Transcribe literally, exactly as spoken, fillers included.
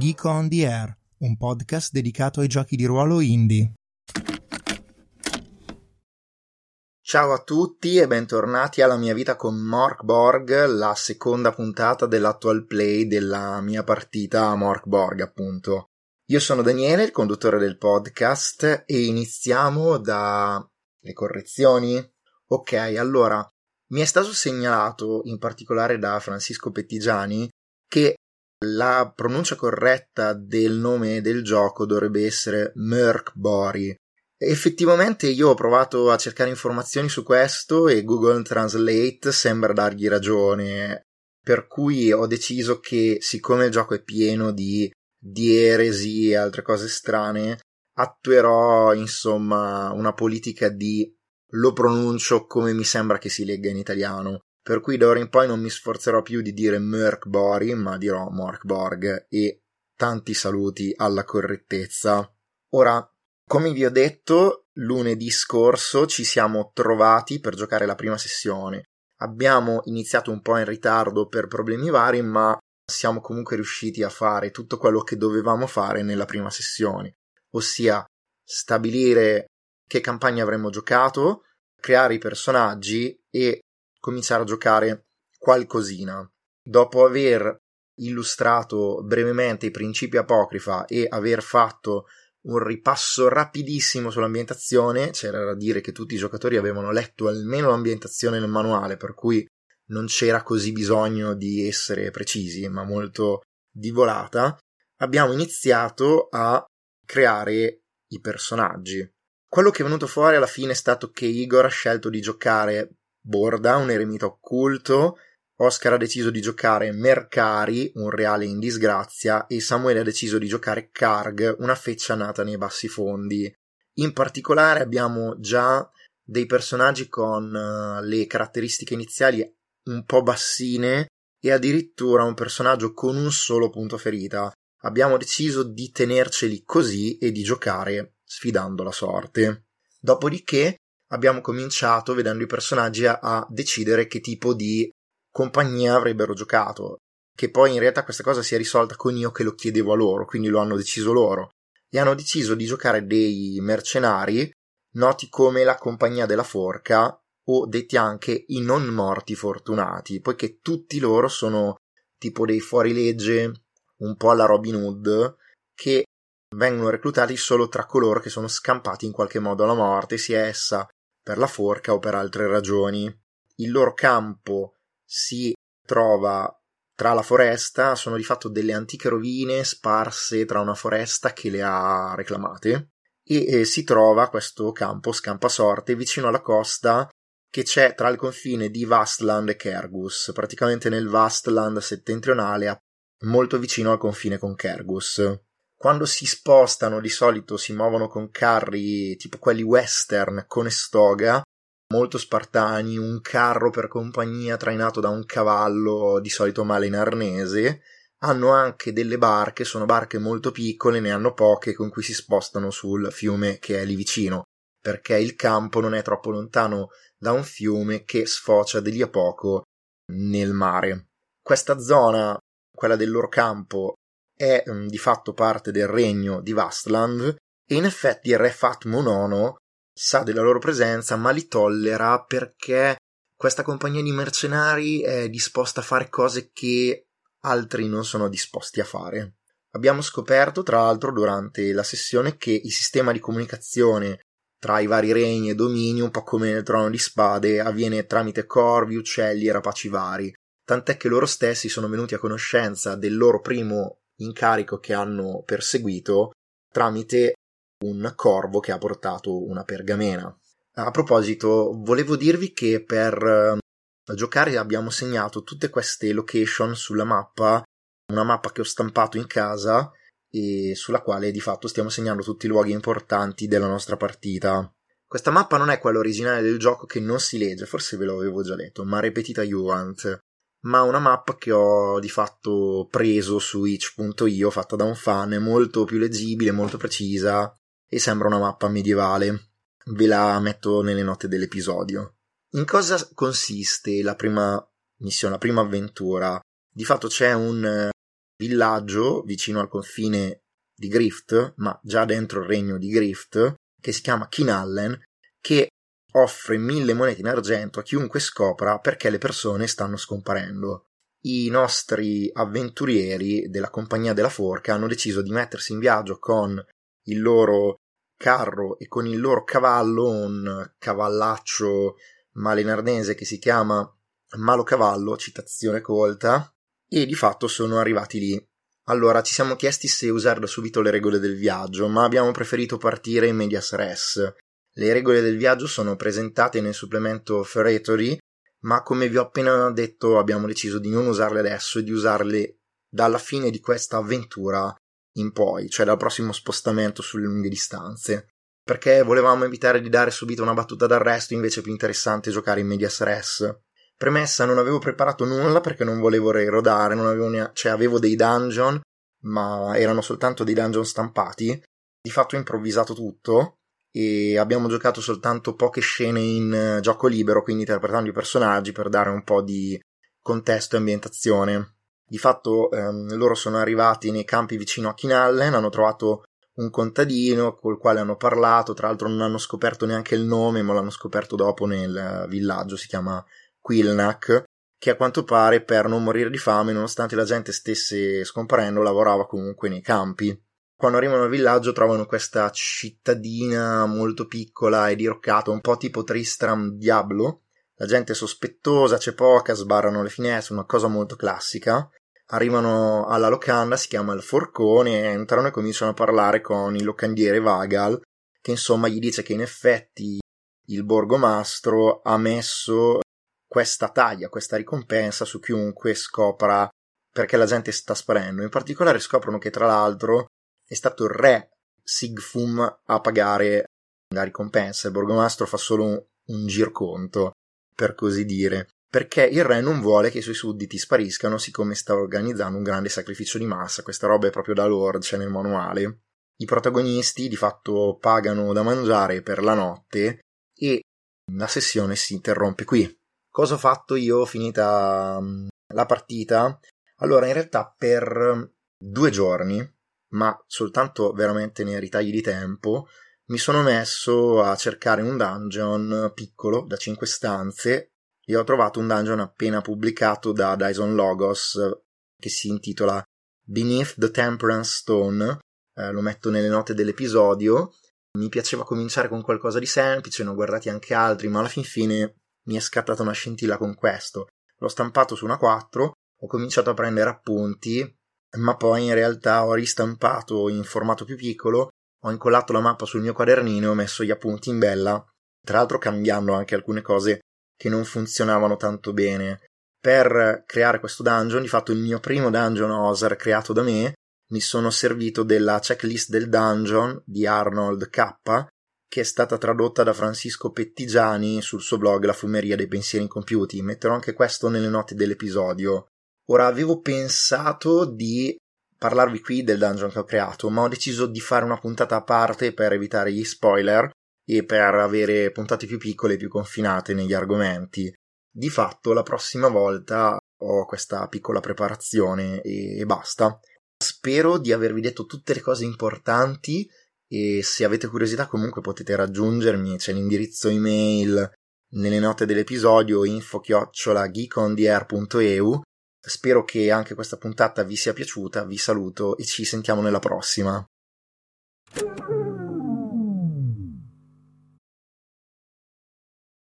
Geek on the Air, un podcast dedicato ai giochi di ruolo indie. Ciao a tutti e bentornati alla mia vita con Mork Borg, la seconda puntata dell'Actual Play della mia partita a Mork Borg, appunto. Io sono Daniele, il conduttore del podcast, e iniziamo da le correzioni. Ok, allora, mi è stato segnalato, in particolare da Francisco Pettigiani, che la pronuncia corretta del nome del gioco dovrebbe essere Mörkborg. Effettivamente io ho provato a cercare informazioni su questo e Google Translate sembra dargli ragione, per cui ho deciso che, siccome il gioco è pieno di dieresi e altre cose strane, attuerò insomma una politica di lo pronuncio come mi sembra che si legga in italiano, per cui da ora in poi non mi sforzerò più di dire Mörkborg, ma dirò Morkborg, e tanti saluti alla correttezza. Ora, come vi ho detto, lunedì scorso ci siamo trovati per giocare la prima sessione. Abbiamo iniziato un po' in ritardo per problemi vari, ma siamo comunque riusciti a fare tutto quello che dovevamo fare nella prima sessione, ossia stabilire che campagna avremmo giocato, creare i personaggi e cominciare a giocare qualcosina. Dopo aver illustrato brevemente i principi apocrifa e aver fatto un ripasso rapidissimo sull'ambientazione, c'era da dire che tutti i giocatori avevano letto almeno l'ambientazione nel manuale, per cui non c'era così bisogno di essere precisi, ma molto di volata, abbiamo iniziato a creare i personaggi. Quello che è venuto fuori alla fine è stato che Igor ha scelto di giocare Borda, un eremita occulto, Oscar ha deciso di giocare Mercari, un reale in disgrazia, e Samuele ha deciso di giocare Karg, una feccia nata nei bassi fondi. In particolare abbiamo già dei personaggi con uh, le caratteristiche iniziali un po' bassine e addirittura un personaggio con un solo punto ferita. Abbiamo deciso di tenerceli così e di giocare sfidando la sorte. Dopodiché abbiamo cominciato, vedendo i personaggi, a, a decidere che tipo di compagnia avrebbero giocato, che poi in realtà questa cosa si è risolta con io che lo chiedevo a loro, quindi lo hanno deciso loro, e hanno deciso di giocare dei mercenari noti come la compagnia della forca, o detti anche i non morti fortunati, poiché tutti loro sono tipo dei fuorilegge un po' alla Robin Hood, che vengono reclutati solo tra coloro che sono scampati in qualche modo alla morte, sia essa per la forca o per altre ragioni. Il loro campo si trova tra la foresta, sono di fatto delle antiche rovine sparse tra una foresta che le ha reclamate, e eh, si trova questo campo scampasorte vicino alla costa che c'è tra il confine di Vastland e Kergus, praticamente nel Vastland settentrionale, molto vicino al confine con Kergus. Quando si spostano di solito si muovono con carri tipo quelli western con estoga, molto spartani, un carro per compagnia trainato da un cavallo, di solito male in arnese. Hanno anche delle barche, sono barche molto piccole, ne hanno poche, con cui si spostano sul fiume che è lì vicino, perché il campo non è troppo lontano da un fiume che sfocia di lì a poco nel mare. Questa zona, quella del loro campo, è um, di fatto parte del regno di Vastland, e in effetti il re Fatmo nono sa della loro presenza, ma li tollera perché questa compagnia di mercenari è disposta a fare cose che altri non sono disposti a fare. Abbiamo scoperto, tra l'altro, durante la sessione, che il sistema di comunicazione tra i vari regni e domini, un po' come nel Trono di Spade, avviene tramite corvi, uccelli e rapaci vari, tant'è che loro stessi sono venuti a conoscenza del loro primo incarico che hanno perseguito tramite un corvo che ha portato una pergamena. A proposito, volevo dirvi che per uh, giocare abbiamo segnato tutte queste location sulla mappa, una mappa che ho stampato in casa e sulla quale di fatto stiamo segnando tutti i luoghi importanti della nostra partita. Questa mappa non è quella originale del gioco che non si legge, forse ve l'avevo già detto, ma Repetita Juvent, ma una mappa che ho di fatto preso su itch punto io, fatta da un fan, è molto più leggibile, molto precisa e sembra una mappa medievale. Ve la metto nelle note dell'episodio. In cosa consiste la prima missione, la prima avventura? Di fatto c'è un villaggio vicino al confine di Grift, ma già dentro il regno di Grift, che si chiama Kinallen, che offre mille monete in argento a chiunque scopra perché le persone stanno scomparendo. I nostri avventurieri della Compagnia della Forca hanno deciso di mettersi in viaggio con il loro carro e con il loro cavallo, un cavallaccio malinardese che si chiama Malocavallo, citazione colta, e di fatto sono arrivati lì. Allora ci siamo chiesti se usare da subito le regole del viaggio, ma abbiamo preferito partire in medias res. Le regole del viaggio sono presentate nel supplemento Feretory, ma come vi ho appena detto abbiamo deciso di non usarle adesso e di usarle dalla fine di questa avventura in poi, cioè dal prossimo spostamento sulle lunghe distanze, perché volevamo evitare di dare subito una battuta d'arresto, invece è più interessante giocare in medias res. Premessa, non avevo preparato nulla perché non volevo rerodare, non avevo neanche, cioè avevo dei dungeon, ma erano soltanto dei dungeon stampati, di fatto ho improvvisato tutto e abbiamo giocato soltanto poche scene in gioco libero, quindi interpretando i personaggi per dare un po' di contesto e ambientazione. Di fatto ehm, loro sono arrivati nei campi vicino a Kinallen, hanno trovato un contadino col quale hanno parlato, tra l'altro non hanno scoperto neanche il nome, ma l'hanno scoperto dopo nel villaggio, si chiama Quilnak, che a quanto pare per non morire di fame, nonostante la gente stesse scomparendo, lavorava comunque nei campi. Quando arrivano al villaggio trovano questa cittadina molto piccola e diroccata, un po' tipo Tristram Diablo. La gente è sospettosa, c'è poca, sbarrano le finestre, una cosa molto classica. Arrivano alla locanda, si chiama il Forcone, entrano e cominciano a parlare con il locandiere Vagal, che insomma gli dice che in effetti il borgomastro ha messo questa taglia, questa ricompensa su chiunque scopra perché la gente sta sparendo. In particolare scoprono che tra l'altro è stato il re Sigfum a pagare la ricompensa. Il borgomastro fa solo un, un girconto, per così dire, perché il re non vuole che i suoi sudditi spariscano, siccome sta organizzando un grande sacrificio di massa. Questa roba è proprio da lore, c'è nel manuale. I protagonisti di fatto pagano da mangiare per la notte e la sessione si interrompe qui. Cosa ho fatto io finita la partita? Allora, in realtà per due giorni, ma soltanto veramente nei ritagli di tempo, mi sono messo a cercare un dungeon piccolo da cinque stanze e ho trovato un dungeon appena pubblicato da Dyson Logos che si intitola Beneath the Temperance Stone. Eh, lo metto nelle note dell'episodio. Mi piaceva cominciare con qualcosa di semplice, ne ho guardati anche altri, ma alla fin fine mi è scattata una scintilla con questo. L'ho stampato su una quattro, ho cominciato a prendere appunti, ma poi in realtà ho ristampato in formato più piccolo, ho incollato la mappa sul mio quadernino e ho messo gli appunti in bella, tra l'altro cambiando anche alcune cose che non funzionavano tanto bene. Per creare questo dungeon, di fatto il mio primo dungeon Oser creato da me, mi sono servito della checklist del dungeon di Arnold K, che è stata tradotta da Francisco Pettigiani sul suo blog La Fumeria dei Pensieri Incompiuti. Metterò anche questo nelle note dell'episodio. Ora, avevo pensato di parlarvi qui del dungeon che ho creato, ma ho deciso di fare una puntata a parte per evitare gli spoiler e per avere puntate più piccole e più confinate negli argomenti. Di fatto, la prossima volta ho questa piccola preparazione e, e basta. Spero di avervi detto tutte le cose importanti e se avete curiosità comunque potete raggiungermi, c'è l'indirizzo email nelle note dell'episodio info chiocciola geekontheair punto e u. Spero che anche questa puntata vi sia piaciuta, vi saluto e ci sentiamo nella prossima.